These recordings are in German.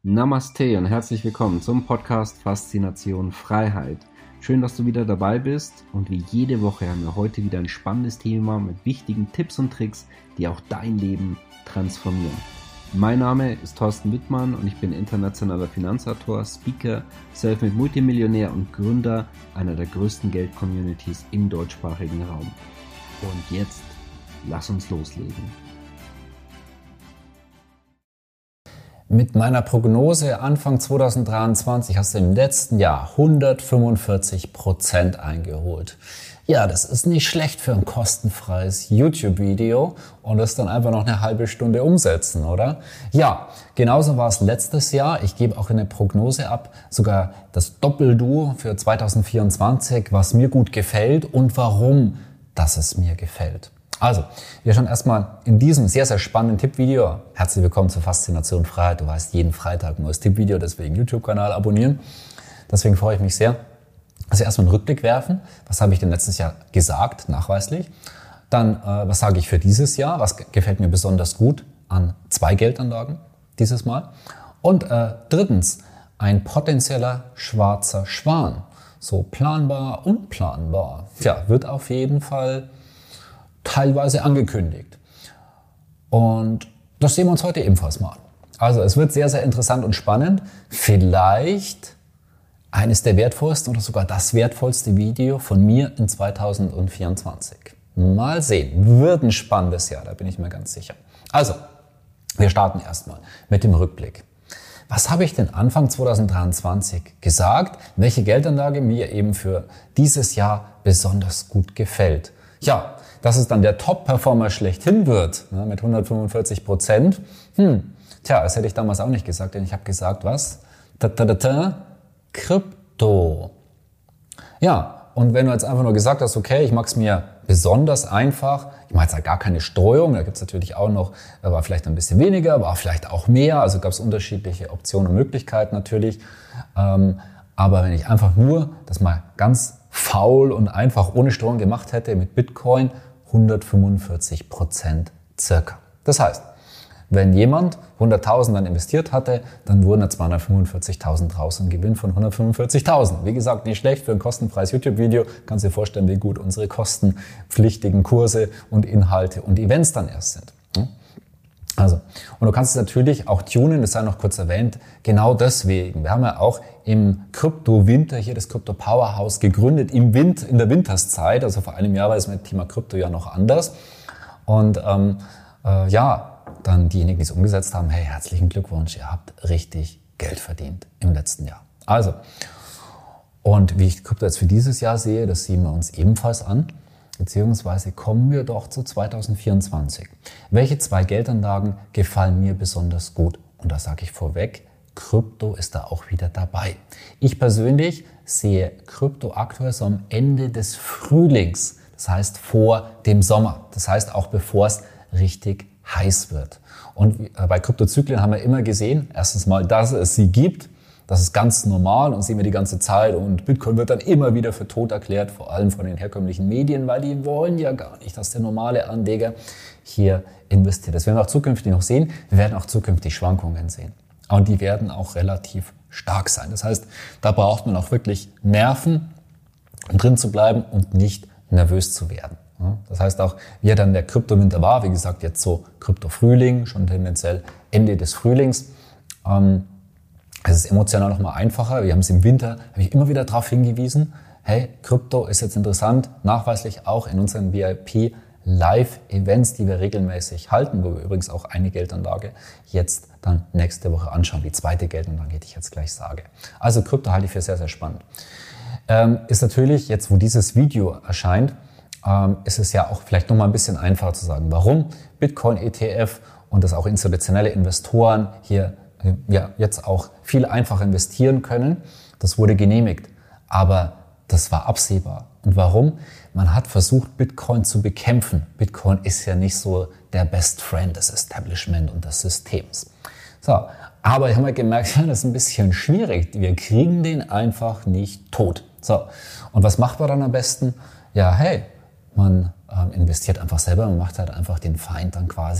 Namaste und herzlich willkommen zum Podcast Faszination Freiheit. Schön, dass du wieder dabei bist und wie jede Woche haben wir heute wieder ein spannendes Thema mit wichtigen Tipps und Tricks, die auch dein Leben transformieren. Mein Name ist Thorsten Wittmann und ich bin internationaler Finanzautor, Speaker, Selfmade Multimillionär und Gründer einer der größten Geld-Communities im deutschsprachigen Raum. Und jetzt, lass uns loslegen. Mit meiner Prognose Anfang 2023 hast du im letzten Jahr 145% eingeholt. Ja, das ist nicht schlecht für ein kostenfreies YouTube-Video und das dann einfach noch eine halbe Stunde umsetzen, oder? Ja, genauso war es letztes Jahr. Ich gebe auch eine Prognose ab, sogar das Doppelduo für 2024, was mir gut gefällt und warum, dass es mir gefällt. Also, wir schauen erstmal in diesem sehr, sehr spannenden Tippvideo. Herzlich willkommen zur Faszination Freiheit. Du weißt, jeden Freitag ein neues Tippvideo, deswegen YouTube-Kanal abonnieren. Deswegen freue ich mich sehr, dass wir erstmal einen Rückblick werfen. Was habe ich denn letztes Jahr gesagt, nachweislich? Dann, was sage ich für dieses Jahr? Was gefällt mir besonders gut an 2 Geldanlagen dieses Mal? Und drittens, ein potenzieller schwarzer Schwan. So planbar, unplanbar. Tja, wird auf jeden Fall teilweise angekündigt. Und das sehen wir uns heute ebenfalls mal an. Also es wird sehr, sehr interessant und spannend. Vielleicht eines der wertvollsten oder sogar das wertvollste Video von mir in 2024. Mal sehen. Wird ein spannendes Jahr, da bin ich mir ganz sicher. Also, wir starten erstmal mit dem Rückblick. Was habe ich denn Anfang 2023 gesagt? Welche Geldanlage mir eben für dieses Jahr besonders gut gefällt? Ja, dass es dann der Top-Performer schlechthin wird, mit 145%. Tja, das hätte ich damals auch nicht gesagt, denn ich habe gesagt, was? Krypto. Ja, und wenn du jetzt einfach nur gesagt hast, okay, ich mache es mir besonders einfach, ich mache jetzt halt gar keine Streuung, da gibt es natürlich auch noch, war vielleicht ein bisschen weniger, war vielleicht auch mehr, also gab es unterschiedliche Optionen und Möglichkeiten natürlich. Aber wenn ich einfach nur das mal ganz faul und einfach ohne Streuung gemacht hätte mit Bitcoin, 145% circa. Das heißt, wenn jemand 100.000 dann investiert hatte, dann wurden da 245.000 raus, ein Gewinn von 145.000. Wie gesagt, nicht schlecht für ein kostenfreies YouTube-Video. Kannst dir vorstellen, wie gut unsere kostenpflichtigen Kurse und Inhalte und Events dann erst sind. Also, und du kannst es natürlich auch tunen, das sei noch kurz erwähnt, genau deswegen. Wir haben ja auch im Krypto-Winter hier das Krypto-Powerhouse gegründet, in der Winterszeit, also vor einem Jahr war es mit dem Thema Krypto ja noch anders. Und dann diejenigen, die es umgesetzt haben, hey, herzlichen Glückwunsch, ihr habt richtig Geld verdient im letzten Jahr. Also, und wie ich Krypto jetzt für dieses Jahr sehe, das sehen wir uns ebenfalls an. Beziehungsweise kommen wir doch zu 2024. Welche 2 Geldanlagen gefallen mir besonders gut? Und da sage ich vorweg, Krypto ist da auch wieder dabei. Ich persönlich sehe Krypto aktuell so am Ende des Frühlings. Das heißt vor dem Sommer. Das heißt auch bevor es richtig heiß wird. Und bei Kryptozyklen haben wir immer gesehen, erstens mal, dass es sie gibt. Das ist ganz normal und sehen wir die ganze Zeit. Und Bitcoin wird dann immer wieder für tot erklärt, vor allem von den herkömmlichen Medien, weil die wollen ja gar nicht, dass der normale Anleger hier investiert. Das werden wir auch zukünftig noch sehen. Wir werden auch zukünftig Schwankungen sehen. Und die werden auch relativ stark sein. Das heißt, da braucht man auch wirklich Nerven, um drin zu bleiben und nicht nervös zu werden. Das heißt auch, wie dann der Kryptowinter war, wie gesagt, jetzt so Kryptofrühling, schon tendenziell Ende des Frühlings. Es ist emotional noch mal einfacher. Wir haben es im Winter, habe ich immer wieder darauf hingewiesen, hey, Krypto ist jetzt interessant, nachweislich auch in unseren VIP-Live-Events, die wir regelmäßig halten, wo wir übrigens auch eine Geldanlage jetzt dann nächste Woche anschauen, die 2. Geldanlage, die ich jetzt gleich sage. Also Krypto halte ich für sehr, sehr spannend. Ist natürlich, jetzt wo dieses Video erscheint, ist es ja auch vielleicht noch mal ein bisschen einfacher zu sagen, warum Bitcoin-ETF und dass auch institutionelle Investoren hier jetzt auch viel einfacher investieren können. Das wurde genehmigt, aber das war absehbar. Und warum? Man hat versucht, Bitcoin zu bekämpfen. Bitcoin ist ja nicht so der Best Friend des Establishment und des Systems. So, aber ich habe gemerkt, ja, das ist ein bisschen schwierig. Wir kriegen den einfach nicht tot. So, und was macht man dann am besten? Ja, hey, man investiert einfach selber, man macht halt einfach den Feind dann quasi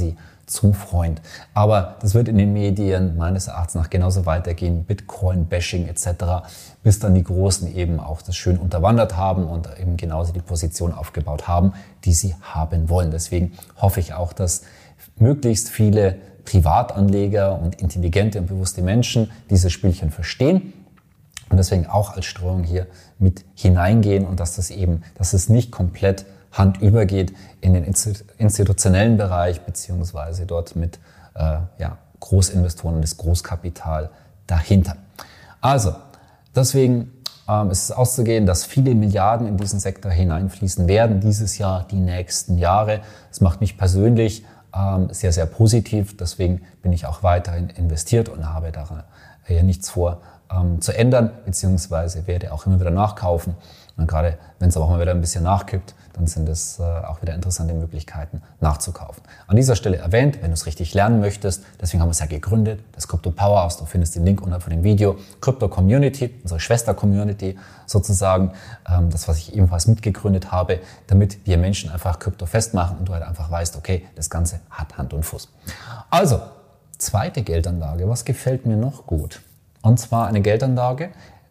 zum Freund. Aber das wird in den Medien meines Erachtens nach genauso weitergehen, Bitcoin-Bashing etc., bis dann die Großen eben auch das schön unterwandert haben und eben genauso die Position aufgebaut haben, die sie haben wollen. Deswegen hoffe ich auch, dass möglichst viele Privatanleger und intelligente und bewusste Menschen dieses Spielchen verstehen und deswegen auch als Streuung hier mit hineingehen und dass es nicht komplett Hand übergeht in den institutionellen Bereich beziehungsweise dort mit Großinvestoren und das Großkapital dahinter. Also deswegen ist es auszugehen, dass viele Milliarden in diesen Sektor hineinfließen werden dieses Jahr, die nächsten Jahre. Das macht mich persönlich sehr, sehr positiv. Deswegen bin ich auch weiterhin investiert und habe daran nichts vor zu ändern, beziehungsweise werde auch immer wieder nachkaufen. Und gerade wenn es aber auch mal wieder ein bisschen nachkippt, dann sind es auch wieder interessante Möglichkeiten nachzukaufen. An dieser Stelle erwähnt, wenn du es richtig lernen möchtest, deswegen haben wir es ja gegründet, das Crypto Powerhouse, du findest den Link unter dem Video, Crypto Community, unsere Schwester-Community sozusagen, das, was ich ebenfalls mitgegründet habe, damit wir Menschen einfach Krypto festmachen und du halt einfach weißt, okay, das Ganze hat Hand und Fuß. Also, zweite Geldanlage, was gefällt mir noch gut? Und zwar eine Geldanlage,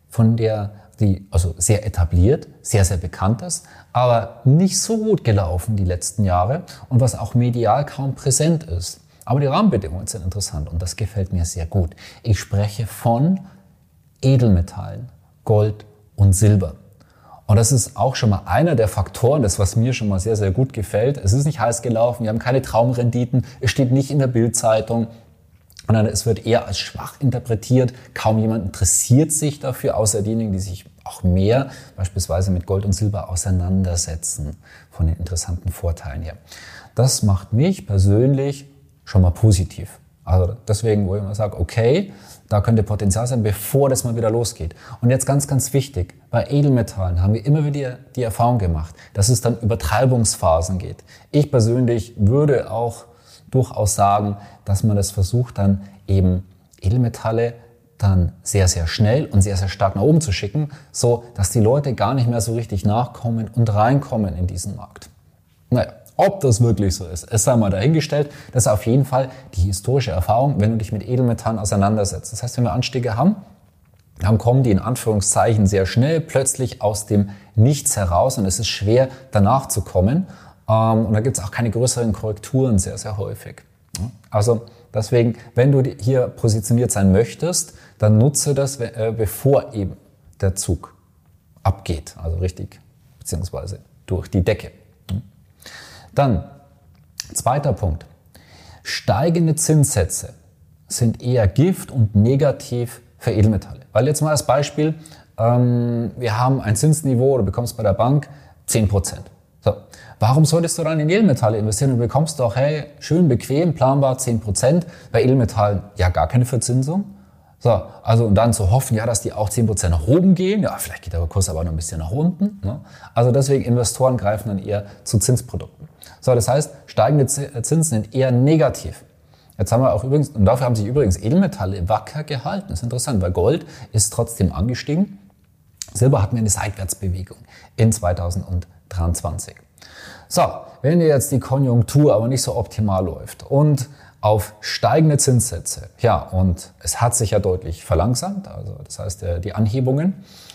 die also sehr etabliert, sehr, sehr bekannt ist, aber nicht so gut gelaufen die letzten Jahre und was auch medial kaum präsent ist. Aber die Rahmenbedingungen sind interessant und das gefällt mir sehr gut. Ich spreche von Edelmetallen, Gold und Silber. Und das ist auch schon mal einer der Faktoren, das was mir schon mal sehr, sehr gut gefällt. Es ist nicht heiß gelaufen, wir haben keine Traumrenditen, es steht nicht in der Bild-Zeitung, sondern es wird eher als schwach interpretiert. Kaum jemand interessiert sich dafür, außer diejenigen, die sich auch mehr beispielsweise mit Gold und Silber auseinandersetzen, von den interessanten Vorteilen her. Das macht mich persönlich schon mal positiv. Also deswegen, wo ich immer sage, okay, da könnte Potenzial sein, bevor das mal wieder losgeht. Und jetzt ganz, ganz wichtig, bei Edelmetallen haben wir immer wieder die Erfahrung gemacht, dass es dann über Treibungsphasen geht. Ich persönlich würde auch durchaus sagen, dass man das versucht, dann eben Edelmetalle dann sehr, sehr schnell und sehr, sehr stark nach oben zu schicken, so dass die Leute gar nicht mehr so richtig nachkommen und reinkommen in diesen Markt. Naja, ob das wirklich so ist, es sei mal dahingestellt. Das ist auf jeden Fall die historische Erfahrung, wenn du dich mit Edelmetallen auseinandersetzt. Das heißt, wenn wir Anstiege haben, dann kommen die in Anführungszeichen sehr schnell plötzlich aus dem Nichts heraus und es ist schwer, danach zu kommen. Und da gibt es auch keine größeren Korrekturen sehr, sehr häufig. Also deswegen, wenn du hier positioniert sein möchtest, dann nutze das, bevor eben der Zug abgeht, also richtig, beziehungsweise durch die Decke. Dann, zweiter Punkt. Steigende Zinssätze sind eher Gift und negativ für Edelmetalle. Weil jetzt mal als Beispiel, wir haben ein Zinsniveau, du bekommst bei der Bank 10%. So. Warum solltest du dann in Edelmetalle investieren? Du bekommst doch, hey, schön bequem, planbar 10%. Bei Edelmetallen ja gar keine Verzinsung. So, also und dann zu hoffen, ja, dass die auch 10% nach oben gehen. Ja, vielleicht geht der Kurs aber noch ein bisschen nach unten. Ne? Also deswegen Investoren greifen dann eher zu Zinsprodukten. So, das heißt, steigende Zinsen sind eher negativ. Jetzt haben wir auch übrigens, und dafür haben sich übrigens Edelmetalle wacker gehalten. Das ist interessant, weil Gold ist trotzdem angestiegen. Silber hatten wir eine Seitwärtsbewegung in 2023. So, wenn jetzt die Konjunktur aber nicht so optimal läuft und auf steigende Zinssätze, ja, und es hat sich ja deutlich verlangsamt, also das heißt die Anhebungen,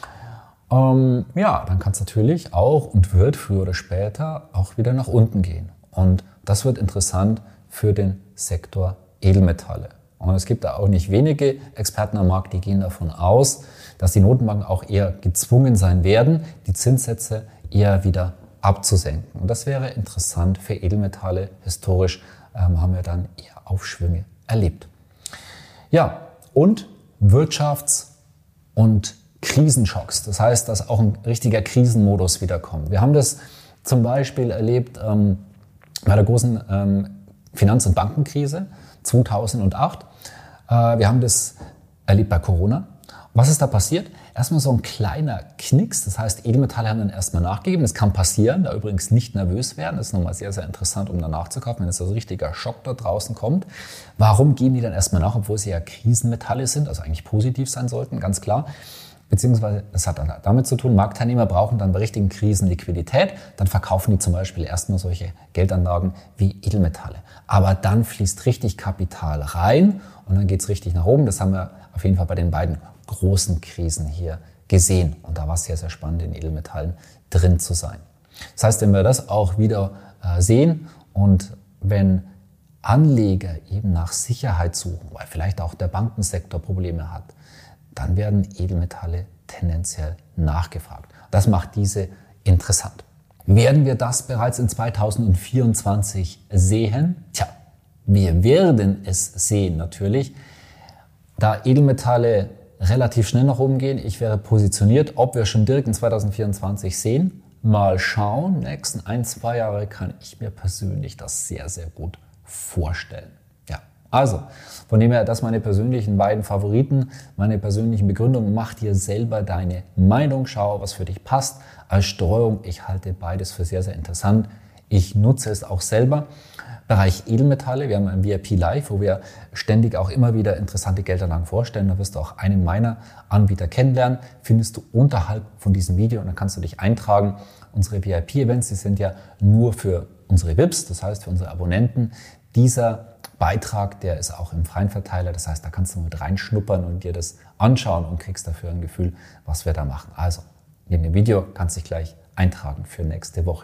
ja, dann kann es natürlich auch und wird früher oder später auch wieder nach unten gehen. Und das wird interessant für den Sektor Edelmetalle. Und es gibt da auch nicht wenige Experten am Markt, die gehen davon aus, dass die Notenbanken auch eher gezwungen sein werden, die Zinssätze eher wieder abzusenken. Und das wäre interessant für Edelmetalle. Historisch haben wir dann eher Aufschwünge erlebt. Ja, und Wirtschafts- und Krisenschocks. Das heißt, dass auch ein richtiger Krisenmodus wiederkommt. Wir haben das zum Beispiel erlebt bei der großen Finanz- und Bankenkrise 2008. Wir haben das erlebt bei Corona. Was ist da passiert? Erstmal so ein kleiner Knicks, das heißt, Edelmetalle haben dann erstmal nachgegeben. Das kann passieren, da übrigens nicht nervös werden. Das ist nochmal sehr, sehr interessant, um danach zu kaufen, wenn jetzt so ein richtiger Schock da draußen kommt. Warum geben die dann erstmal nach, obwohl sie ja Krisenmetalle sind, also eigentlich positiv sein sollten, ganz klar. beziehungsweise das hat dann damit zu tun, Marktteilnehmer brauchen dann bei richtigen Krisen Liquidität, dann verkaufen die zum Beispiel erstmal solche Geldanlagen wie Edelmetalle. Aber dann fließt richtig Kapital rein und dann geht's richtig nach oben. Das haben wir auf jeden Fall bei den beiden großen Krisen hier gesehen. Und da war es sehr, sehr spannend, in Edelmetallen drin zu sein. Das heißt, wenn wir das auch wieder sehen und wenn Anleger eben nach Sicherheit suchen, weil vielleicht auch der Bankensektor Probleme hat, dann werden Edelmetalle tendenziell nachgefragt. Das macht diese interessant. Werden wir das bereits in 2024 sehen? Tja, wir werden es sehen natürlich. Da Edelmetalle relativ schnell nach oben gehen, ich wäre positioniert, ob wir schon direkt in 2024 sehen. Mal schauen, nächsten 1-2 Jahre kann ich mir persönlich das sehr, sehr gut vorstellen. Ja, also von dem her, das meine persönlichen beiden Favoriten, meine persönlichen Begründungen. Mach dir selber deine Meinung, schau, was für dich passt. Als Streuung, ich halte beides für sehr, sehr interessant. Ich nutze es auch selber. Bereich Edelmetalle, wir haben ein VIP Live, wo wir ständig auch immer wieder interessante Geldanlagen vorstellen. Da wirst du auch einen meiner Anbieter kennenlernen. Findest du unterhalb von diesem Video und dann kannst du dich eintragen. Unsere VIP-Events, die sind ja nur für unsere VIPs, das heißt für unsere Abonnenten. Dieser Beitrag, der ist auch im freien Verteiler, das heißt, da kannst du mit reinschnuppern und dir das anschauen und kriegst dafür ein Gefühl, was wir da machen. Also, neben dem Video kannst du dich gleich eintragen für nächste Woche.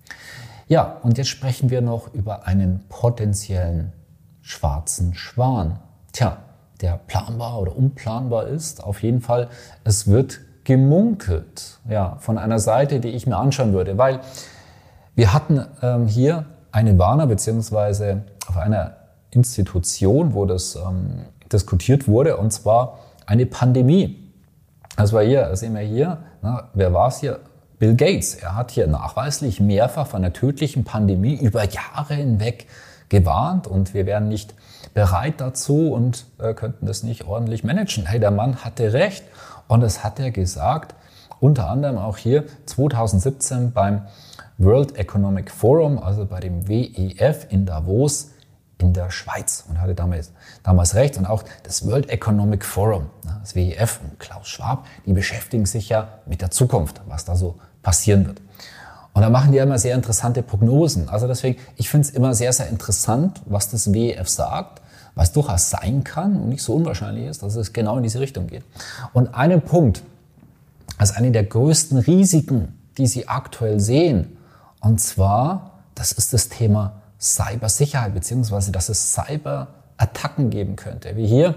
Ja, und jetzt sprechen wir noch über einen potenziellen schwarzen Schwan. Tja, der planbar oder unplanbar ist. Auf jeden Fall, es wird gemunkelt, ja, von einer Seite, die ich mir anschauen würde, weil wir hatten hier eine Warner beziehungsweise auf einer Institution, wo das diskutiert wurde, und zwar eine Pandemie. Das war hier, das sehen wir hier, wer war es hier? Bill Gates. Er hat hier nachweislich mehrfach von einer tödlichen Pandemie über Jahre hinweg gewarnt und wir wären nicht bereit dazu und könnten das nicht ordentlich managen. Hey, der Mann hatte recht und das hat er gesagt, unter anderem auch hier 2017 beim World Economic Forum, also bei dem WEF in Davos in der Schweiz und hatte damals recht. Und auch das World Economic Forum, das WEF und Klaus Schwab, die beschäftigen sich ja mit der Zukunft, was da so passieren wird. Und da machen die ja immer sehr interessante Prognosen. Also deswegen, ich finde es immer sehr, sehr interessant, was das WEF sagt, was durchaus sein kann und nicht so unwahrscheinlich ist, dass es genau in diese Richtung geht. Und einen Punkt, als eine der größten Risiken, die sie aktuell sehen, und zwar, das ist das Thema Cybersicherheit, beziehungsweise dass es Cyberattacken geben könnte. Wie hier,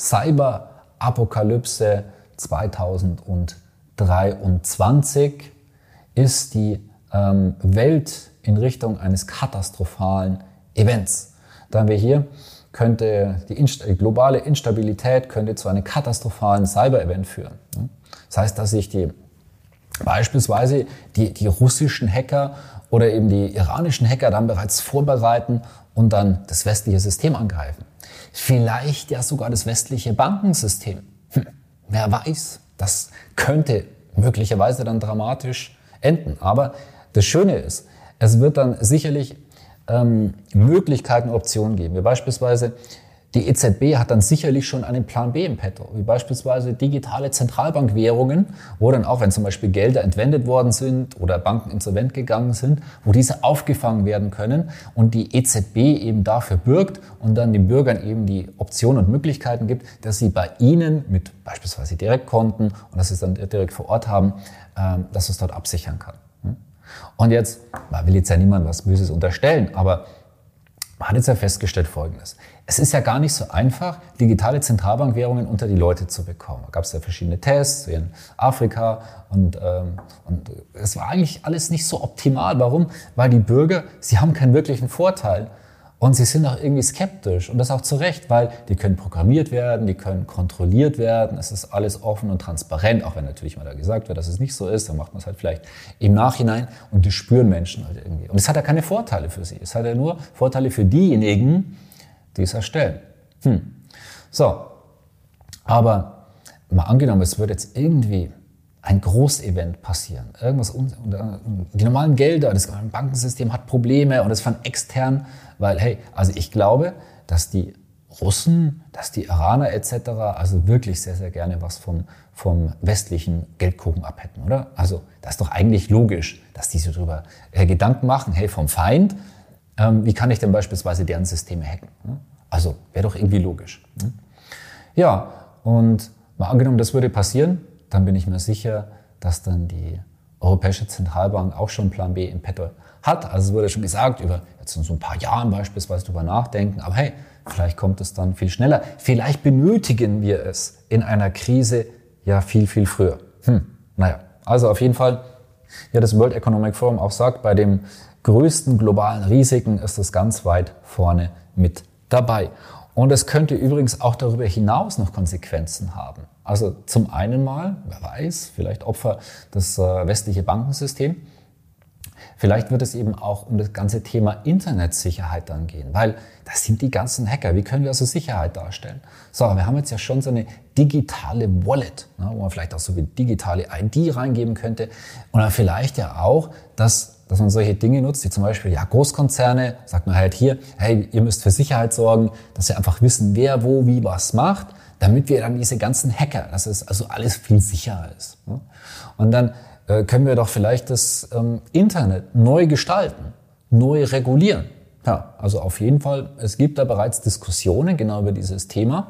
Cyberapokalypse 2023 ist die Welt in Richtung eines katastrophalen Events. Da haben wir hier, könnte die globale Instabilität könnte zu einem katastrophalen Cyber-Event führen. Das heißt, dass sich beispielsweise die russischen Hacker oder eben die iranischen Hacker dann bereits vorbereiten und dann das westliche System angreifen. Vielleicht ja sogar das westliche Bankensystem. Wer weiß, das könnte möglicherweise dann dramatisch enden. Aber das Schöne ist, es wird dann sicherlich Möglichkeiten, Optionen geben. Wie beispielsweise die EZB hat dann sicherlich schon einen Plan B im Petto, wie beispielsweise digitale Zentralbankwährungen, wo dann auch, wenn zum Beispiel Gelder entwendet worden sind oder Banken insolvent gegangen sind, wo diese aufgefangen werden können und die EZB eben dafür bürgt und dann den Bürgern eben die Optionen und Möglichkeiten gibt, dass sie bei ihnen mit beispielsweise Direktkonten und dass sie es dann direkt vor Ort haben, dass es dort absichern kann. Und jetzt, man will jetzt ja niemand was Böses unterstellen, aber man hat jetzt ja festgestellt Folgendes. Es ist ja gar nicht so einfach, digitale Zentralbankwährungen unter die Leute zu bekommen. Da gab es ja verschiedene Tests in Afrika und es war eigentlich alles nicht so optimal. Warum? Weil die Bürger, sie haben keinen wirklichen Vorteil und sie sind auch irgendwie skeptisch und das auch zu Recht, weil die können programmiert werden, die können kontrolliert werden, es ist alles offen und transparent, auch wenn natürlich mal da gesagt wird, dass es nicht so ist, dann macht man es halt vielleicht im Nachhinein und das spüren Menschen halt irgendwie. Und es hat ja keine Vorteile für sie, es hat ja nur Vorteile für diejenigen, die es erstellen. So, aber mal angenommen, es wird jetzt irgendwie ein Großevent passieren, irgendwas, die normalen Gelder, das Bankensystem hat Probleme und es von extern, weil hey, also ich glaube, dass die Russen, dass die Iraner etc. also wirklich sehr, sehr gerne was vom westlichen Geldkuchen abhätten, oder? Also das ist doch eigentlich logisch, dass die sich darüber Gedanken machen, hey, vom Feind, wie kann ich denn beispielsweise deren Systeme hacken? Also wäre doch irgendwie logisch. Ja, und mal angenommen, das würde passieren, dann bin ich mir sicher, dass dann die Europäische Zentralbank auch schon Plan B im Petto hat. Also es wurde schon gesagt, über jetzt in so ein paar Jahren beispielsweise drüber nachdenken, aber hey, vielleicht kommt es dann viel schneller. Vielleicht benötigen wir es in einer Krise ja viel, viel früher. Naja, also auf jeden Fall, ja, das World Economic Forum auch sagt, bei den größten globalen Risiken ist es ganz weit vorne mit dabei. Und es könnte übrigens auch darüber hinaus noch Konsequenzen haben. Also zum einen mal, wer weiß, vielleicht Opfer das westliche Bankensystem. Vielleicht wird es eben auch um das ganze Thema Internetsicherheit dann gehen, weil das sind die ganzen Hacker. Wie können wir also Sicherheit darstellen? So, wir haben jetzt ja schon so eine digitale Wallet, wo man vielleicht auch so wie digitale ID reingeben könnte. Oder vielleicht ja auch, dass man solche Dinge nutzt, wie zum Beispiel ja Großkonzerne, sagt man halt hier, hey, ihr müsst für Sicherheit sorgen, dass wir einfach wissen, wer wo wie was macht, damit wir dann diese ganzen Hacker, dass es also alles viel sicherer ist. Und dann können wir doch vielleicht das Internet neu gestalten, neu regulieren. Ja, also auf jeden Fall, es gibt da bereits Diskussionen genau über dieses Thema.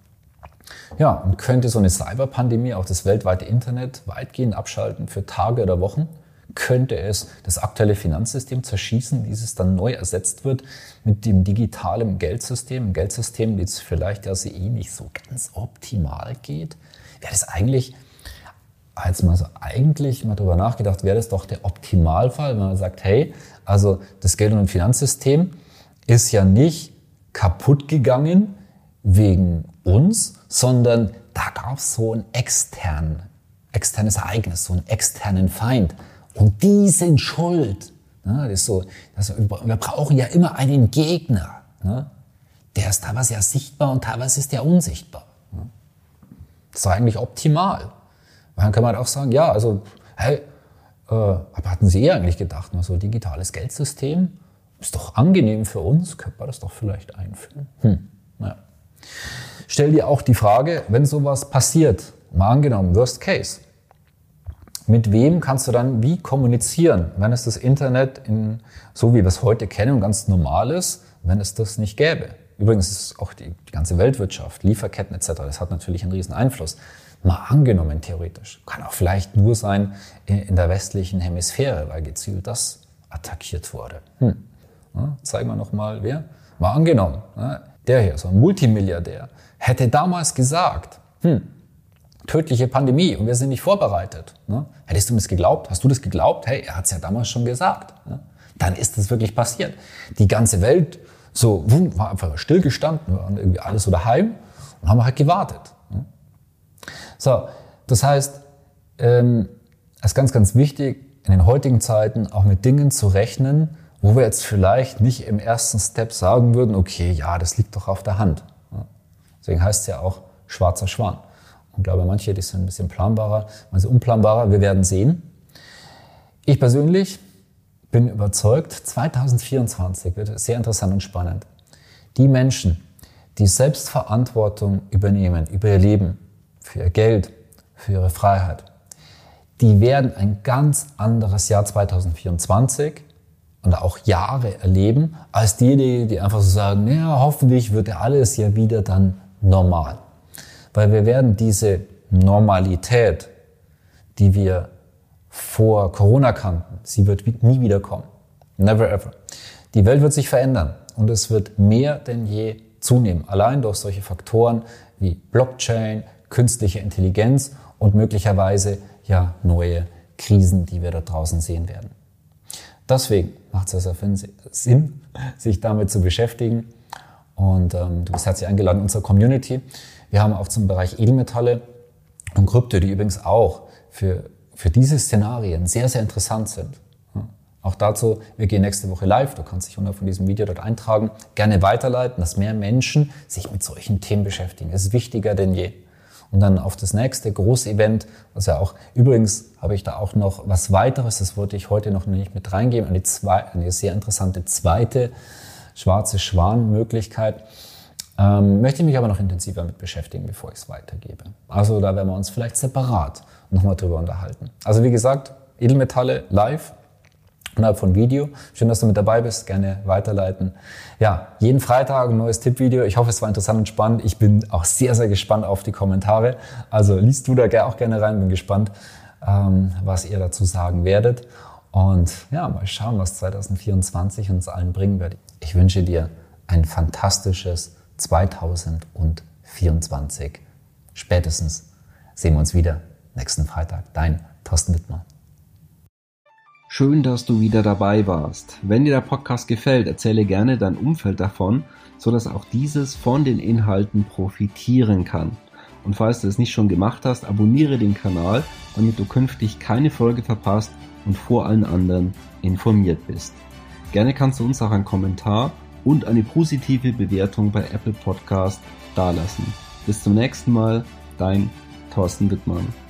Ja, und könnte so eine Cyberpandemie auch das weltweite Internet weitgehend abschalten für Tage oder Wochen? Könnte es das aktuelle Finanzsystem zerschießen, dieses dann neu ersetzt wird mit dem digitalen Geldsystem, ein Geldsystem, das vielleicht also nicht so ganz optimal geht? Wäre das eigentlich, als mal so eigentlich mal drüber nachgedacht, wäre das doch der Optimalfall, wenn man sagt, hey, also das Geld- und Finanzsystem ist ja nicht kaputt gegangen wegen uns, sondern da gab es so ein externes Ereignis, so einen externen Feind. Und die sind schuld. Das ist so, wir brauchen ja immer einen Gegner. Der ist teilweise ja sichtbar und teilweise ist der unsichtbar. Das ist eigentlich optimal. Dann kann man auch sagen, ja, also, hey, aber hatten Sie eigentlich gedacht, so ein digitales Geldsystem ist doch angenehm für uns, könnte man das doch vielleicht einführen? Naja. Stell dir auch die Frage, wenn sowas passiert, mal angenommen, Worst Case, mit wem kannst du dann wie kommunizieren, wenn es das Internet so wie wir es heute kennen und ganz normal ist, wenn es das nicht gäbe? Übrigens ist auch die ganze Weltwirtschaft, Lieferketten etc., das hat natürlich einen riesen Einfluss. Mal angenommen, theoretisch. Kann auch vielleicht nur sein in der westlichen Hemisphäre, weil gezielt das attackiert wurde. Zeigen wir nochmal, wer? Mal angenommen, der hier, so ein Multimilliardär, hätte damals gesagt, tödliche Pandemie und wir sind nicht vorbereitet. Hättest du das geglaubt? Hast du das geglaubt? Hey, er hat es ja damals schon gesagt. Dann ist das wirklich passiert. Die ganze Welt so war einfach stillgestanden, wir waren irgendwie alle so daheim und haben halt gewartet. So, das heißt, es ist ganz, ganz wichtig, in den heutigen Zeiten auch mit Dingen zu rechnen, wo wir jetzt vielleicht nicht im ersten Step sagen würden, okay, ja, das liegt doch auf der Hand. Deswegen heißt es ja auch schwarzer Schwan. Und ich glaube, manche, die sind ein bisschen planbarer, manche unplanbarer. Wir werden sehen. Ich persönlich bin überzeugt, 2024 wird sehr interessant und spannend. Die Menschen, die Selbstverantwortung übernehmen über ihr Leben, für ihr Geld, für ihre Freiheit, die werden ein ganz anderes Jahr 2024 und auch Jahre erleben, als diejenigen, die einfach so sagen, ja, hoffentlich wird ja alles ja wieder dann normal. Weil wir werden diese Normalität, die wir vor Corona kannten, sie wird nie wieder kommen. Never ever. Die Welt wird sich verändern und es wird mehr denn je zunehmen. Allein durch solche Faktoren wie Blockchain, künstliche Intelligenz und möglicherweise ja neue Krisen, die wir da draußen sehen werden. Deswegen macht es sehr viel Sinn, sich damit zu beschäftigen. Und du bist herzlich eingeladen in unserer Community. Wir haben auch zum Bereich Edelmetalle und Krypto, die übrigens auch für diese Szenarien sehr, sehr interessant sind. Auch dazu, wir gehen nächste Woche live. Du kannst dich unter von diesem Video dort eintragen. Gerne weiterleiten, dass mehr Menschen sich mit solchen Themen beschäftigen. Es ist wichtiger denn je. Und dann auf das nächste Großevent, was ja auch, übrigens habe ich da auch noch was weiteres, das wollte ich heute noch nicht mit reingeben, eine sehr interessante zweite schwarze Schwan-Möglichkeit. Möchte ich mich aber noch intensiver mit beschäftigen, bevor ich es weitergebe. Also da werden wir uns vielleicht separat nochmal drüber unterhalten. Also wie gesagt, Edelmetalle live, innerhalb von Video. Schön, dass du mit dabei bist. Gerne weiterleiten. Ja, jeden Freitag ein neues Tippvideo. Ich hoffe, es war interessant und spannend. Ich bin auch sehr, sehr gespannt auf die Kommentare. Also liest du da auch gerne rein. Bin gespannt, was ihr dazu sagen werdet. Und ja, mal schauen, was 2024 uns allen bringen wird. Ich wünsche dir ein fantastisches 2024. Spätestens sehen wir uns wieder nächsten Freitag. Dein Thorsten Wittmann. Schön, dass du wieder dabei warst. Wenn dir der Podcast gefällt, erzähle gerne dein Umfeld davon, sodass auch dieses von den Inhalten profitieren kann. Und falls du es nicht schon gemacht hast, abonniere den Kanal, damit du künftig keine Folge verpasst und vor allen anderen informiert bist. Gerne kannst du uns auch einen Kommentar und eine positive Bewertung bei Apple Podcast dalassen. Bis zum nächsten Mal, dein Thorsten Wittmann.